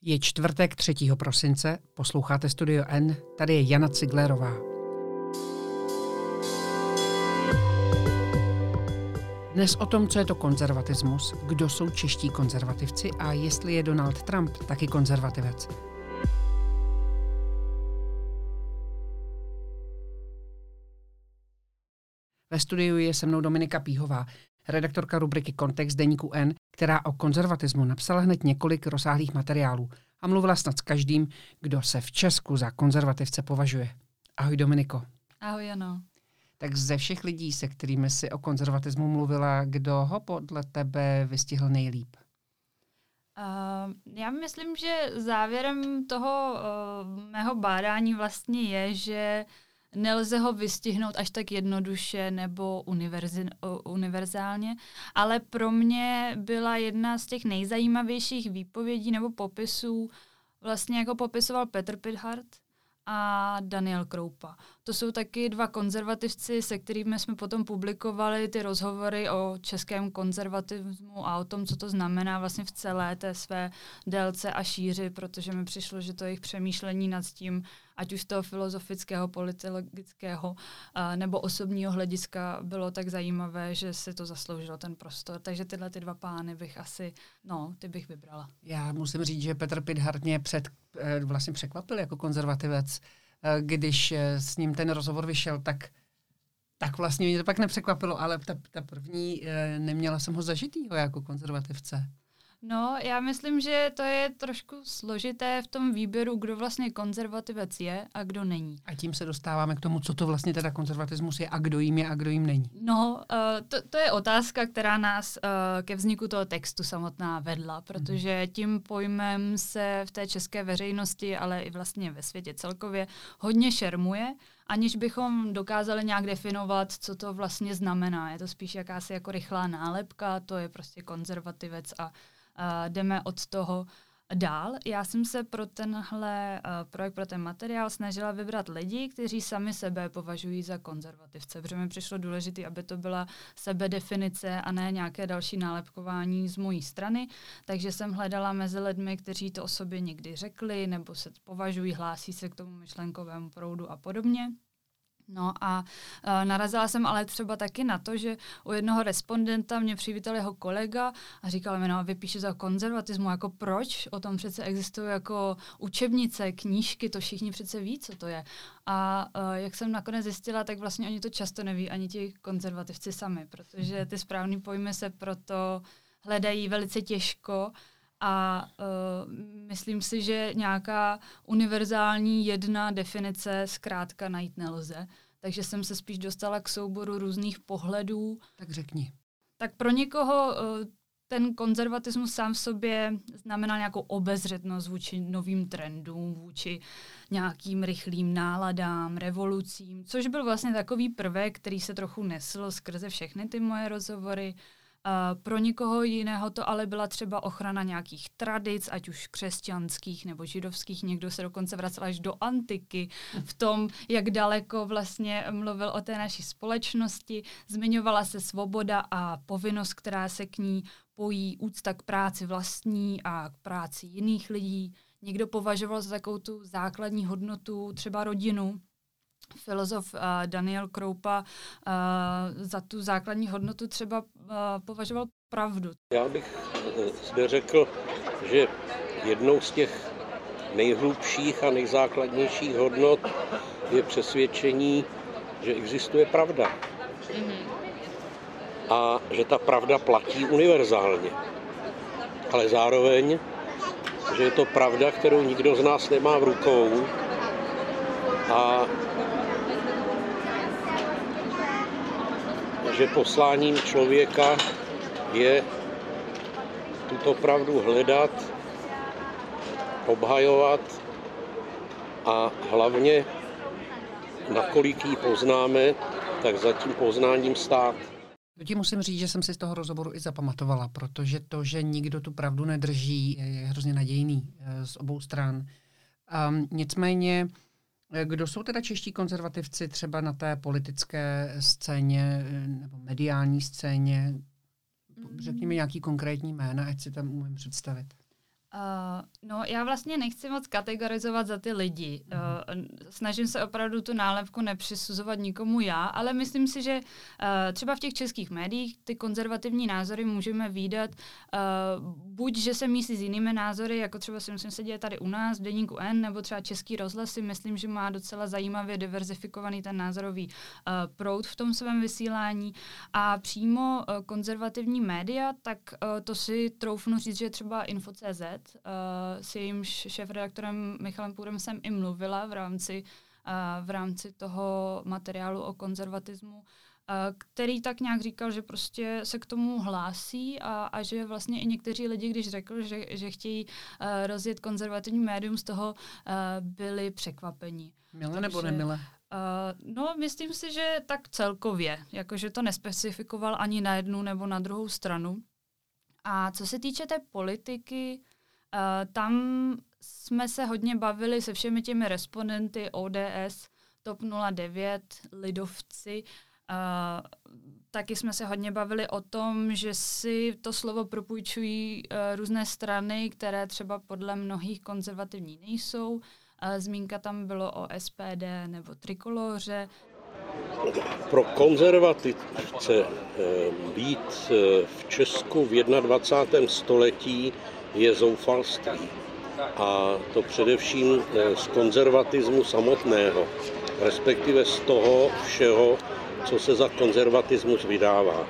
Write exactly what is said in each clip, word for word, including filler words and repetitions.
Je čtvrtek třetího prosince, posloucháte Studio N, tady je Jana Ciglerová. Dnes o tom, co je to konzervatismus, kdo jsou čeští konzervativci a jestli je Donald Trump taky konzervativec. Ve studiu je se mnou Dominika Píhová, redaktorka rubriky Kontext deníku N, která o konzervatismu napsala hned několik rozsáhlých materiálů a mluvila snad s každým, kdo se v Česku za konzervativce považuje. Ahoj Dominiko. Ahoj Jano. Tak ze všech lidí, se kterými si o konzervatismu mluvila, kdo ho podle tebe vystihl nejlíp? Uh, já myslím, že závěrem toho uh, mého bádání vlastně je, že nelze ho vystihnout až tak jednoduše nebo univerzi, univerzálně, ale pro mě byla jedna z těch nejzajímavějších výpovědí nebo popisů, vlastně jako popisoval Petr Pithart a Daniel Kroupa. To jsou taky dva konzervativci, se kterými jsme potom publikovali ty rozhovory o českém konzervativismu a o tom, co to znamená vlastně v celé té své délce a šíři, protože mi přišlo, že to jejich přemýšlení nad tím, ať už z toho filozofického, politologického uh, nebo osobního hlediska bylo tak zajímavé, že si to zasloužilo ten prostor. Takže tyhle ty dva pány bych asi, no, ty bych vybrala. Já musím říct, že Petr Pithart mě před, vlastně překvapil jako konzervativec. Když s ním ten rozhovor vyšel, tak, tak vlastně mě to pak nepřekvapilo, ale ta, ta první, neměla jsem ho zažitýho jako konzervativce. No, já myslím, že to je trošku složité v tom výběru, kdo vlastně konzervativec je a kdo není. A tím se dostáváme k tomu, co to vlastně teda konzervatismus je a kdo jim je a kdo jim není. No, uh, to, to je otázka, která nás uh, ke vzniku toho textu samotná vedla, protože tím pojmem se v té české veřejnosti, ale i vlastně ve světě celkově hodně šermuje, aniž bychom dokázali nějak definovat, co to vlastně znamená. Je to spíš jakási jako rychlá nálepka, to je prostě konzervativec a Uh, jdeme od toho dál. Já jsem se pro tenhle uh, projekt, pro ten materiál snažila vybrat lidi, kteří sami sebe považují za konzervativce, protože mi přišlo důležité, aby to byla sebedefinice a ne nějaké další nálepkování z mojí strany, takže jsem hledala mezi lidmi, kteří to o sobě někdy řekli, nebo se považují, hlásí se k tomu myšlenkovému proudu a podobně. No a uh, narazila jsem ale třeba taky na to, že u jednoho respondenta mě přivítal jeho kolega a říkal mi, no, vy píšete o konzervatismu, jako proč? O tom přece existují jako učebnice, knížky, to všichni přece ví, co to je. A uh, jak jsem nakonec zjistila, tak vlastně oni to často neví, ani ti konzervativci sami, protože ty správný pojmy se proto hledají velice těžko. A uh, myslím si, že nějaká univerzální jedna definice zkrátka najít nelze. Takže jsem se spíš dostala k souboru různých pohledů. Tak řekni. Tak pro někoho uh, ten konzervatismus sám v sobě znamená nějakou obezřetnost vůči novým trendům, vůči nějakým rychlým náladám, revolucím, což byl vlastně takový prvek, který se trochu nesl skrze všechny ty moje rozhovory. Uh, pro někoho jiného to ale byla třeba ochrana nějakých tradic, ať už křesťanských nebo židovských. Někdo se dokonce vracel až do antiky v tom, jak daleko vlastně mluvil o té naší společnosti. Zmiňovala se svoboda a povinnost, která se k ní pojí, úcta k práci vlastní a k práci jiných lidí. Někdo považoval za takovou tu základní hodnotu třeba rodinu. Filozof uh, Daniel Kroupa uh, za tu základní hodnotu třeba uh, považoval pravdu. Já bych zde řekl, že jednou z těch nejhlubších a nejzákladnějších hodnot je přesvědčení, že existuje pravda. Mm-hmm. A že ta pravda platí univerzálně. Ale zároveň, že je to pravda, kterou nikdo z nás nemá v rukou a že posláním člověka je tuto pravdu hledat, obhajovat a hlavně, nakolik ji poznáme, tak za tím poznáním stát. To ti musím říct, že jsem si z toho rozhovoru i zapamatovala, protože to, že nikdo tu pravdu nedrží, je hrozně nadějný z obou stran. Um, nicméně, kdo jsou teda čeští konzervativci třeba na té politické scéně nebo mediální scéně? Řekni mi nějaký konkrétní jména, ať si tam umím představit. Uh, no, já vlastně nechci moc kategorizovat za ty lidi. Uh, snažím se opravdu tu nálepku nepřisuzovat nikomu já, ale myslím si, že uh, třeba v těch českých médiích ty konzervativní názory můžeme vídat uh, buď, že se mísí s jinými názory, jako třeba si myslím se děje tady u nás v Deníku N, nebo třeba Český rozhlas si myslím, že má docela zajímavě diverzifikovaný ten názorový uh, proud v tom svém vysílání. A přímo uh, konzervativní média, tak uh, to si troufnu říct, že třeba Info tečka cé zet, Uh, s jejímž šéfredaktorem Michalem Půrem jsem i mluvila v rámci, uh, v rámci toho materiálu o konzervatismu, uh, který tak nějak říkal, že prostě se k tomu hlásí a, a že vlastně i někteří lidi, když řekl, že, že chtějí uh, rozjet konzervativní médium, z toho uh, byli překvapeni. Milé nebo nemilé? Uh, no, myslím si, že tak celkově, jakože to nespecifikoval ani na jednu nebo na druhou stranu. A co se týče té politiky, Uh, tam jsme se hodně bavili se všemi těmi respondenty O D S, T O P nula devět, lidovci. Uh, taky jsme se hodně bavili o tom, že si to slovo propůjčují uh, různé strany, které třeba podle mnohých konzervativní nejsou. Uh, zmínka tam bylo o S P D nebo Trikoloře. Pro konzervativce být v Česku v dvacátém prvním století je zoufalství. A to především z konzervatismu samotného, respektive z toho všeho, co se za konzervatismus vydává.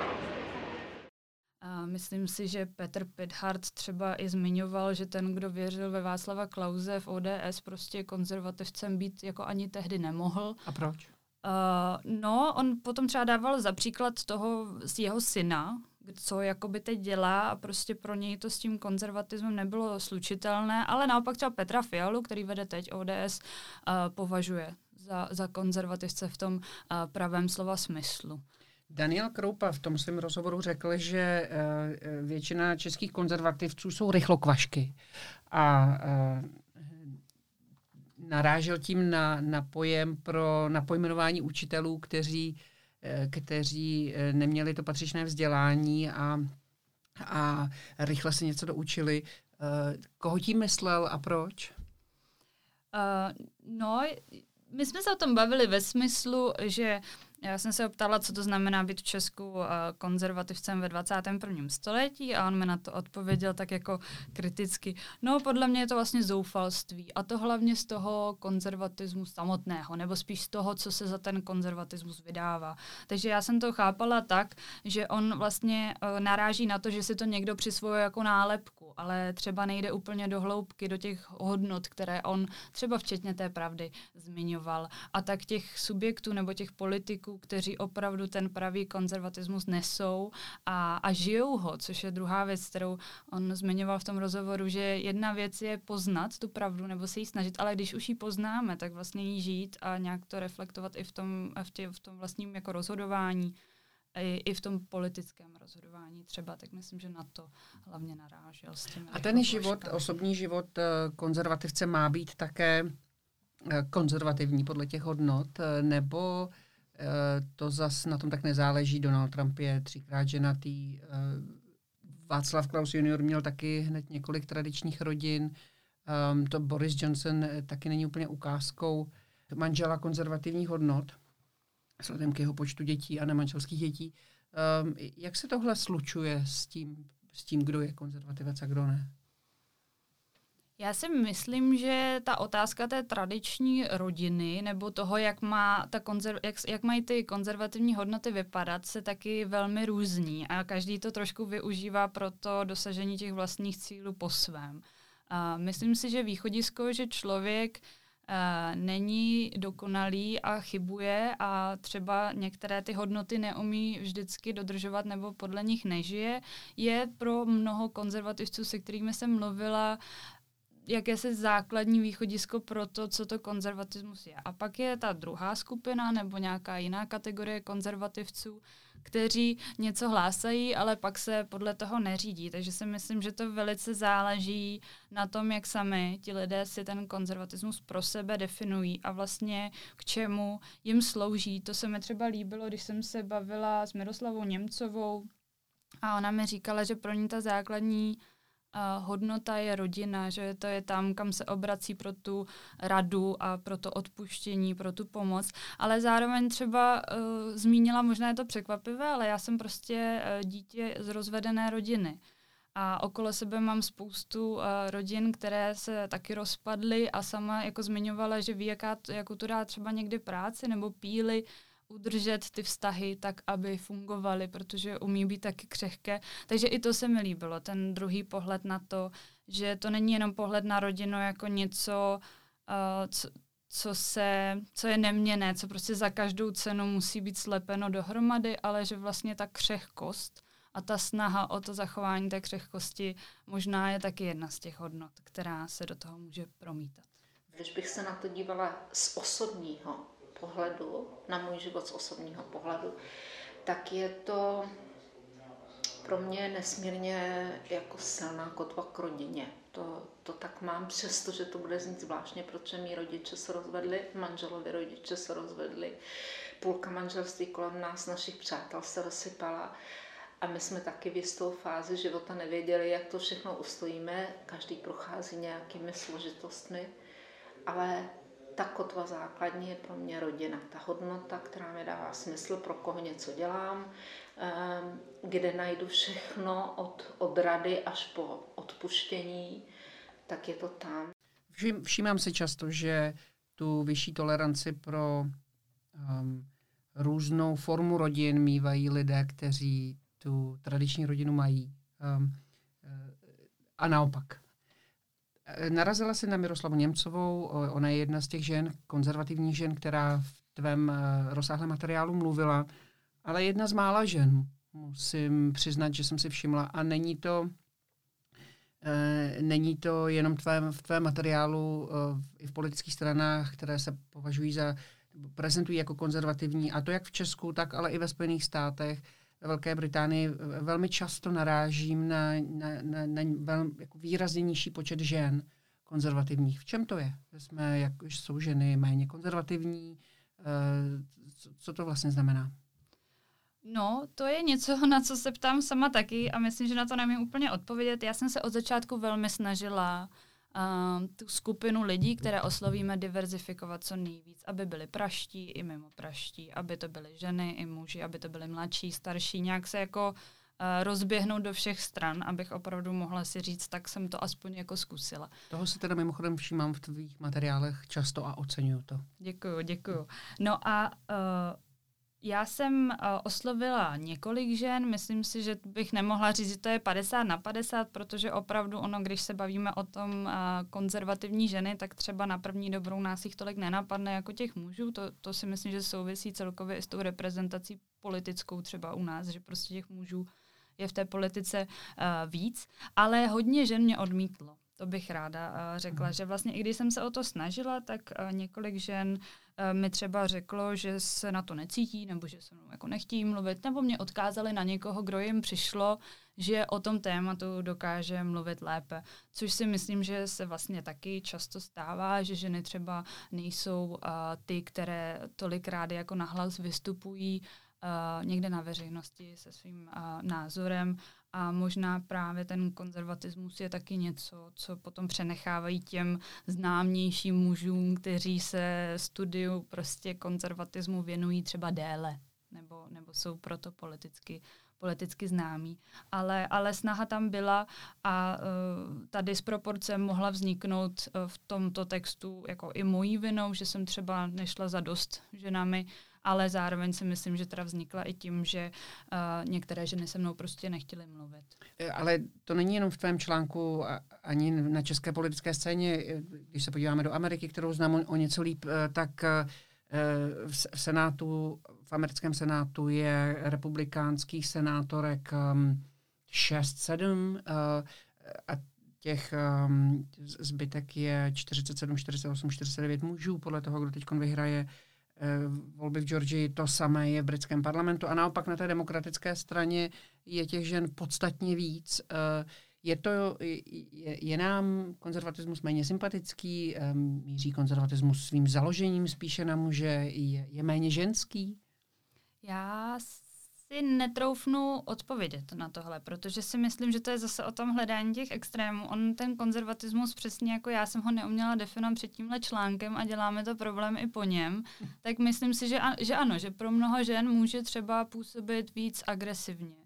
A myslím si, že Petr Pithart třeba i zmiňoval, že ten, kdo věřil ve Václava Klause v O D S, prostě konzervativcem být jako ani tehdy nemohl. A proč? Uh, no, on potom třeba dával za příklad toho z jeho syna, co jakoby teď dělá a prostě pro něj to s tím konzervatismem nebylo slučitelné, ale naopak třeba Petra Fialu, který vede teď O D S, uh, považuje za, za konzervativce v tom uh, pravém slova smyslu. Daniel Kroupa v tom svém rozhovoru řekl, že uh, většina českých konzervativců jsou rychlokvašky a uh, narážel tím na, na pojem pro na pojmenování učitelů, kteří, kteří neměli to patřičné vzdělání a, a rychle se něco doučili. Koho tím myslel a proč? Uh, no, my jsme se o tom bavili ve smyslu, že já jsem se ho ptala, co to znamená být v Česku uh, konzervativcem ve dvacátém prvním století a on mi na to odpověděl tak jako kriticky. No, podle mě je to vlastně zoufalství a to hlavně z toho konzervatismu samotného, nebo spíš z toho, co se za ten konzervatismus vydává. Takže já jsem to chápala tak, že on vlastně uh, naráží na to, že si to někdo přisvojuje jako nálepku, ale třeba nejde úplně do hloubky, do těch hodnot, které on třeba včetně té pravdy zmiňoval. A tak těch subjektů nebo těch politiků, kteří opravdu ten pravý konzervatismus nesou a, a žijou ho, což je druhá věc, kterou on zmiňoval v tom rozhovoru, že jedna věc je poznat tu pravdu nebo se jí snažit, ale když už ji poznáme, tak vlastně jí žít a nějak to reflektovat i v tom, v tě, v tom vlastním jako rozhodování, i, i v tom politickém rozhodování třeba, tak myslím, že na to hlavně narážel. S těmi a ten život, osobní život konzervativce má být také konzervativní podle těch hodnot, nebo to zas na tom tak nezáleží. Donald Trump je třikrát ženatý, Václav Klaus junior měl taky hned několik tradičních rodin, to Boris Johnson taky není úplně ukázkou manžela konzervativních hodnot, vzhledem k jeho počtu dětí a nemanželských dětí. Jak se tohle slučuje s tím, s tím, kdo je konzervativec a kdo ne? Já si myslím, že ta otázka té tradiční rodiny nebo toho, jak, má ta konzerv- jak, jak mají ty konzervativní hodnoty vypadat, se taky velmi různí a každý to trošku využívá pro to dosažení těch vlastních cílů po svém. A myslím si, že východisko, že člověk Uh, není dokonalý a chybuje a třeba některé ty hodnoty neumí vždycky dodržovat nebo podle nich nežije, je pro mnoho konzervativců, se kterými jsem mluvila, jakési základní východisko pro to, co to konzervatismus je. A pak je ta druhá skupina nebo nějaká jiná kategorie konzervativců, kteří něco hlásají, ale pak se podle toho neřídí. Takže si myslím, že to velice záleží na tom, jak sami ti lidé si ten konzervatismus pro sebe definují a vlastně k čemu jim slouží. To se mi třeba líbilo, když jsem se bavila s Miroslavou Němcovou a ona mi říkala, že pro ní ta základní hodnota je rodina, že to je tam, kam se obrací pro tu radu a pro to odpuštění, pro tu pomoc. Ale zároveň třeba uh, zmínila, možná je to překvapivé, ale já jsem prostě uh, dítě z rozvedené rodiny. A okolo sebe mám spoustu uh, rodin, které se taky rozpadly a sama jako zmiňovala, že ví, jaká, jakou to dá třeba někdy práci nebo píly, udržet ty vztahy tak, aby fungovaly, protože umí být taky křehké. Takže i to se mi líbilo, ten druhý pohled na to, že to není jenom pohled na rodinu jako něco, uh, co, co, se, co je neměnné, co prostě za každou cenu musí být slepeno dohromady, ale že vlastně ta křehkost a ta snaha o to zachování té křehkosti možná je taky jedna z těch hodnot, která se do toho může promítat. Když bych se na to dívala z osobního pohledu, na můj život z osobního pohledu, tak je to pro mě nesmírně jako silná kotva k rodině. To, to tak mám, přestože to bude znít zvláštně, protože mý rodiče se rozvedli, manželovi rodiče se rozvedli, půlka manželství kolem nás, našich přátel se rozsypala a my jsme taky v jistou fázi života nevěděli, jak to všechno ustojíme, každý prochází nějakými složitostmi, ale ta kotva základní je pro mě rodina. Ta hodnota, která mi dává smysl, pro koho něco dělám, kde najdu všechno od, od rady až po odpuštění, tak je to tam. Všim, všímám si často, že tu vyšší toleranci pro um, různou formu rodin mívají lidé, kteří tu tradiční rodinu mají. Um, a naopak. Narazila si na Miroslavu Němcovou, ona je jedna z těch žen, konzervativních žen, která v tvém rozsáhlém materiálu mluvila, ale jedna z mála žen, musím přiznat, že jsem si všimla, a není to, e, není to jenom tvém, v tvém materiálu, e, i v politických stranách, které se považují za, prezentují jako konzervativní, a to jak v Česku, tak ale i ve Spojených státech, ve Velké Británii velmi často narážím na, na, na, na velmi jako výrazně nižší počet žen konzervativních. V čem to je? Jsme, jak jsou ženy méně konzervativní? Co, co to vlastně znamená? No, to je něco, na co se ptám sama taky a myslím, že na to nevím úplně odpovědět. Já jsem se od začátku velmi snažila uh, tu skupinu lidí, které oslovíme, diverzifikovat co nejvíc, aby byly praští i mimo praští, aby to byly ženy i muži, aby to byly mladší, starší, nějak se jako uh, rozběhnout do všech stran, abych opravdu mohla si říct, tak jsem to aspoň jako zkusila. Toho si teda mimochodem všímám v tvých materiálech často a oceňuju to. Děkuju, děkuju. No a uh, já jsem uh, oslovila několik žen, myslím si, že bych nemohla říct, že to je padesát na padesát, protože opravdu ono, když se bavíme o tom uh, konzervativní ženy, tak třeba na první dobrou nás jich tolik nenapadne jako těch mužů, to, to si myslím, že souvisí celkově i s tou reprezentací politickou třeba u nás, že prostě těch mužů je v té politice uh, víc, ale hodně žen mě odmítlo. To bych ráda uh, řekla, že vlastně i když jsem se o to snažila, tak uh, několik žen uh, mi třeba řeklo, že se na to necítí, nebo že se mnou jako nechtějí mluvit, nebo mě odkázali na někoho, kdo jim přišlo, že o tom tématu dokáže mluvit lépe. Což si myslím, že se vlastně taky často stává, že ženy třeba nejsou uh, ty, které tolikrát jako nahlas vystupují uh, někde na veřejnosti se svým uh, názorem. A možná právě ten konzervatismus je taky něco, co potom přenechávají těm známějším mužům, kteří se studiu prostě konzervatismu věnují třeba déle, nebo, nebo jsou proto politicky, politicky známí. Ale, ale snaha tam byla a uh, ta disproporce mohla vzniknout uh, v tomto textu jako i mojí vinou, že jsem třeba nešla za dost ženami, ale zároveň si myslím, že teda vznikla i tím, že uh, některé ženy se mnou prostě nechtěly mluvit. Ale to není jenom v tvém článku ani na české politické scéně. Když se podíváme do Ameriky, kterou znám o něco líp, tak v senátu, v americkém senátu je republikánských senátorek šest sedm a těch zbytek je čtyřicet sedm, čtyřicet osm, čtyřicet devět mužů, podle toho, kdo teď vyhraje volby v Georgii, to samé je v britském parlamentu a naopak na té demokratické straně je těch žen podstatně víc. Je, to, je, je nám konzervatismus méně sympatický, míří konzervatismus svým založením spíše na muže, je, je méně ženský? Já si si netroufnu odpovědět na tohle, protože si myslím, že to je zase o tom hledání těch extrémů. On ten konzervatismus přesně jako já jsem ho neuměla definovat před tímhle článkem a děláme to problém i po něm, tak myslím si, že, a, že ano, že pro mnoho žen může třeba působit víc agresivně.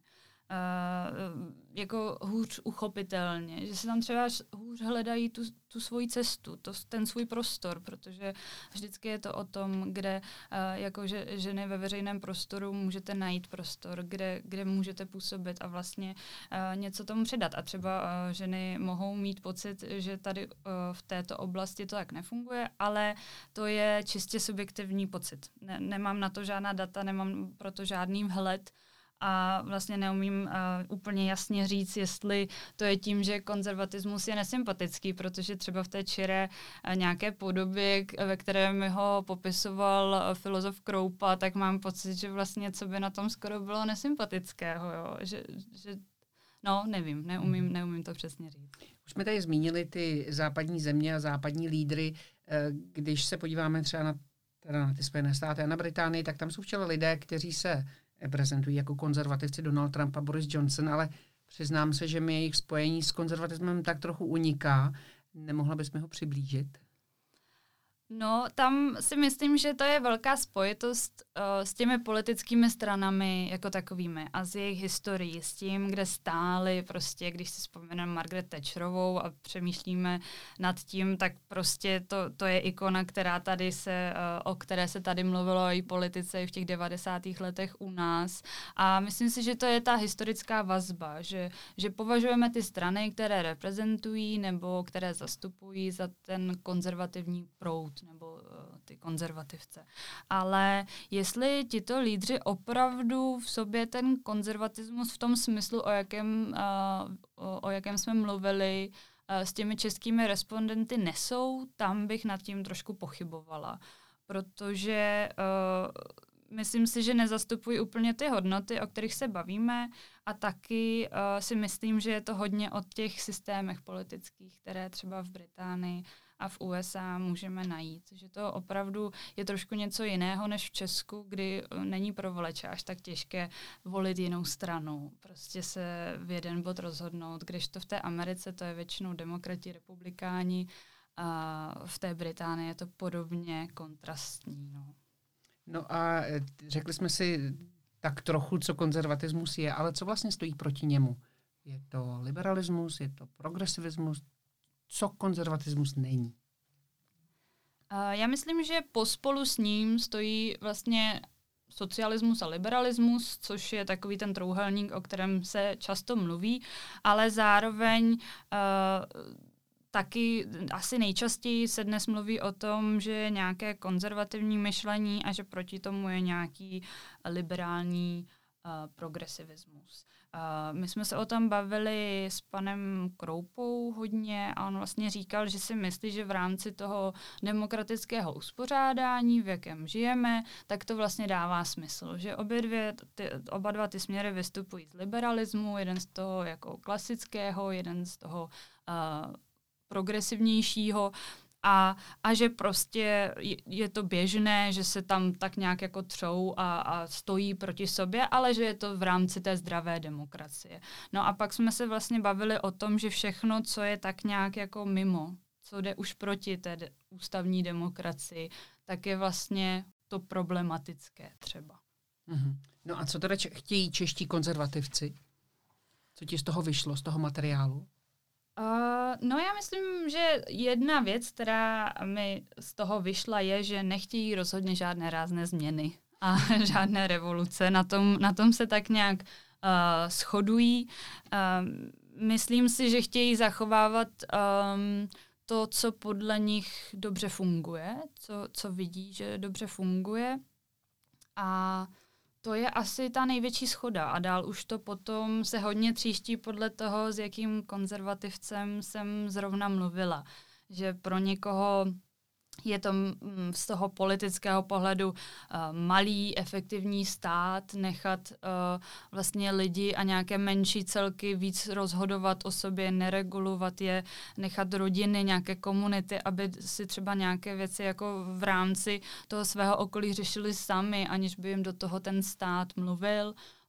Uh, jako hůř uchopitelně, že se tam třeba hůř hledají tu, tu svoji cestu, to, ten svůj prostor, protože vždycky je to o tom, kde uh, jako že, ženy ve veřejném prostoru můžete najít prostor, kde, kde můžete působit a vlastně uh, něco tomu předat. A třeba uh, ženy mohou mít pocit, že tady uh, v této oblasti to tak nefunguje, ale to je čistě subjektivní pocit. Ne, nemám na to žádná data, nemám proto žádný vhled, a vlastně neumím uh, úplně jasně říct, jestli to je tím, že konzervatismus je nesympatický, protože třeba v té čiré uh, nějaké podobě, k- ve které mi ho popisoval uh, filozof Kroupa, tak mám pocit, že vlastně co by na tom skoro bylo nesympatického, jo? Že, že no, nevím, neumím, neumím to přesně říct. Už jsme tady zmínili ty západní země a západní lídry. Když se podíváme třeba na, teda na ty Spojené státy a na Británii, tak tam jsou v čele lidé, kteří se prezentují jako konzervativci, Donald Trump a Boris Johnson, ale přiznám se, že mi jejich spojení s konzervatismem tak trochu uniká. Nemohla bys mi ho přiblížit? No, tam si myslím, že to je velká spojitost uh, s těmi politickými stranami jako takovými a s jejich historií, s tím, kde stáli, prostě, když si vzpomeneme Margaret Thatcherovou a přemýšlíme nad tím, tak prostě to, to je ikona, která tady se, uh, o které se tady mluvilo o její politice i v těch devadesátých letech u nás. A myslím si, že to je ta historická vazba, že, že považujeme ty strany, které reprezentují nebo které zastupují za ten konzervativní proud nebo uh, ty konzervativce. Ale jestli tito lídři opravdu v sobě ten konzervatismus v tom smyslu, o jakém, uh, o, o jakém jsme mluvili uh, s těmi českými respondenty nesou, tam bych nad tím trošku pochybovala. Protože uh, myslím si, že nezastupují úplně ty hodnoty, o kterých se bavíme a taky uh, si myslím, že je to hodně o těch systémech politických, které třeba v Británii a v U S A můžeme najít. Že to opravdu je trošku něco jiného než v Česku, kdy není pro voliče až tak těžké volit jinou stranu. Prostě se v jeden bod rozhodnout, když to v té Americe to je většinou demokrati, republikáni a v té Británii je to podobně kontrastní. No, no a řekli jsme si tak trochu, co konzervatismus je, ale co vlastně stojí proti němu? Je to liberalismus, je to progresivismus? Co konzervatismus není? Já myslím, že pospolu s ním stojí vlastně socialismus a liberalismus, což je takový ten trouhelník, o kterém se často mluví, ale zároveň uh, taky asi nejčastěji se dnes mluví o tom, že je nějaké konzervativní myšlení a že proti tomu je nějaký liberální uh, progresivismus. Uh, my jsme se o tom bavili s panem Kroupou hodně a on vlastně říkal, že si myslí, že v rámci toho demokratického uspořádání, v jakém žijeme, tak to vlastně dává smysl. Že obě dvě, ty, oba dva ty směry vystupují z liberalismu, jeden z toho jako klasického, jeden z toho uh, progresivnějšího. A, a že prostě je, je to běžné, že se tam tak nějak jako třou a, a stojí proti sobě, ale že je to v rámci té zdravé demokracie. No a pak jsme se vlastně bavili o tom, že všechno, co je tak nějak jako mimo, co jde už proti té de- ústavní demokracii, tak je vlastně to problematické třeba. Mm-hmm. No a co teda če- chtějí čeští konzervativci? Co ti z toho vyšlo, z toho materiálu? Uh, no já myslím, že jedna věc, která mi z toho vyšla, je, že nechtějí rozhodně žádné rázné změny a žádné revoluce. Na tom, na tom se tak nějak uh, shodují. Uh, myslím si, že chtějí zachovávat um, to, co podle nich dobře funguje, co, co vidí, že dobře funguje. A to je asi ta největší shoda a dál už to potom se hodně tříští podle toho, s jakým konzervativcem jsem zrovna mluvila. Že pro někoho je to z toho politického pohledu uh, malý, efektivní stát, nechat uh, vlastně lidi a nějaké menší celky víc rozhodovat o sobě, neregulovat je, nechat rodiny, nějaké komunity, aby si třeba nějaké věci jako v rámci toho svého okolí řešili sami, aniž by jim do toho ten stát mluvil.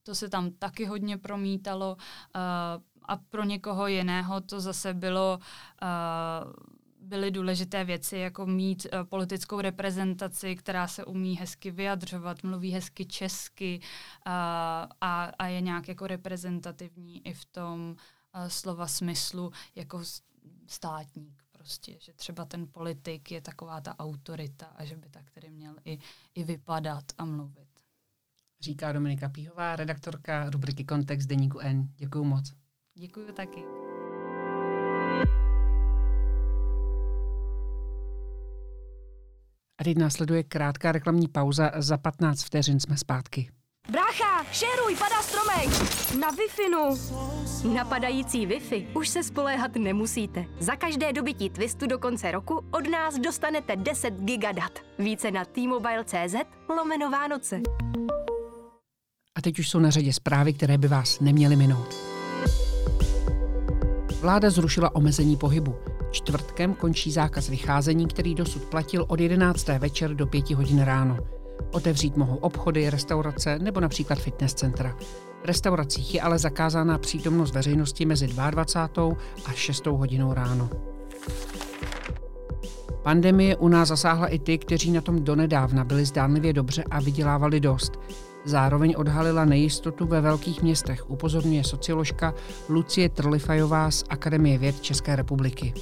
to se tam taky hodně promítalo uh, a pro někoho jiného to zase bylo, uh, byly důležité věci, jako mít uh, politickou reprezentaci, která se umí hezky vyjadřovat, mluví hezky česky uh, a, a je nějak jako reprezentativní i v tom uh, slova smyslu jako státník. Prostě, že třeba ten politik je taková ta autorita a že by tak tedy měl i, i vypadat a mluvit. Říká Dominika Píhová, redaktorka rubriky Kontext deníku N. Děkuju moc. Děkuju taky. A teď následuje krátká reklamní pauza, za patnáct vteřin jsme zpátky. Brácha, šeruj, padá stromek! Na Wi-Fi-nu! Na padající Wi-Fi už se spoléhat nemusíte. Za každé dobytí Twistu do konce roku od nás dostanete deset giga dat. Více na t-mobile.cz lomeno Vánoce. A teď už jsou na řadě zprávy, které by vás neměly minout. Vláda zrušila omezení pohybu. Čtvrtkem končí zákaz vycházení, který dosud platil od jedenácté večer do pěti hodin ráno. Otevřít mohou obchody, restaurace nebo například fitness centra. V restauracích je ale zakázána přítomnost veřejnosti mezi dvacátou druhou a šestou hodinou ráno. Pandemie u nás zasáhla i ty, kteří na tom donedávna byli zdánlivě dobře a vydělávali dost. Zároveň odhalila nejistotu ve velkých městech, upozorňuje socioložka Lucie Trlifajová z Akademie věd České republiky.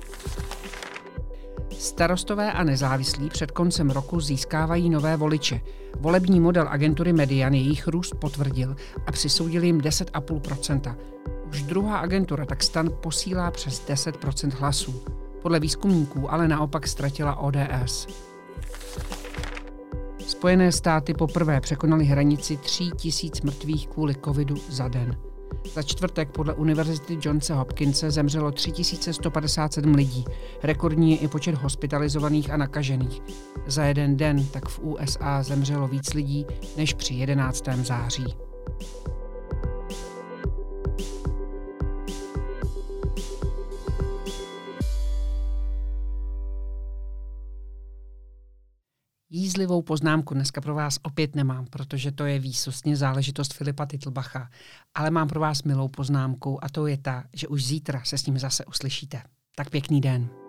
Starostové a nezávislí před koncem roku získávají nové voliče. Volební model agentury Median jejich růst potvrdil a přisoudil jim deset celá pět procenta. Už druhá agentura tak STAN posílá přes deset procent hlasů. Podle výzkumníků ale naopak ztratila O D S. Spojené státy poprvé překonaly hranici tří tisíc mrtvých kvůli covidu za den. Za čtvrtek podle Univerzity Johnse Hopkinse zemřelo tři tisíce sto padesát sedm lidí. Rekordní je i počet hospitalizovaných a nakažených. Za jeden den tak v U S A zemřelo víc lidí než při jedenáctého září. Jízlivou poznámku dneska pro vás opět nemám, protože to je výsostně záležitost Filipa Titlbacha, ale mám pro vás milou poznámku a to je ta, že už zítra se s ním zase uslyšíte. Tak pěkný den.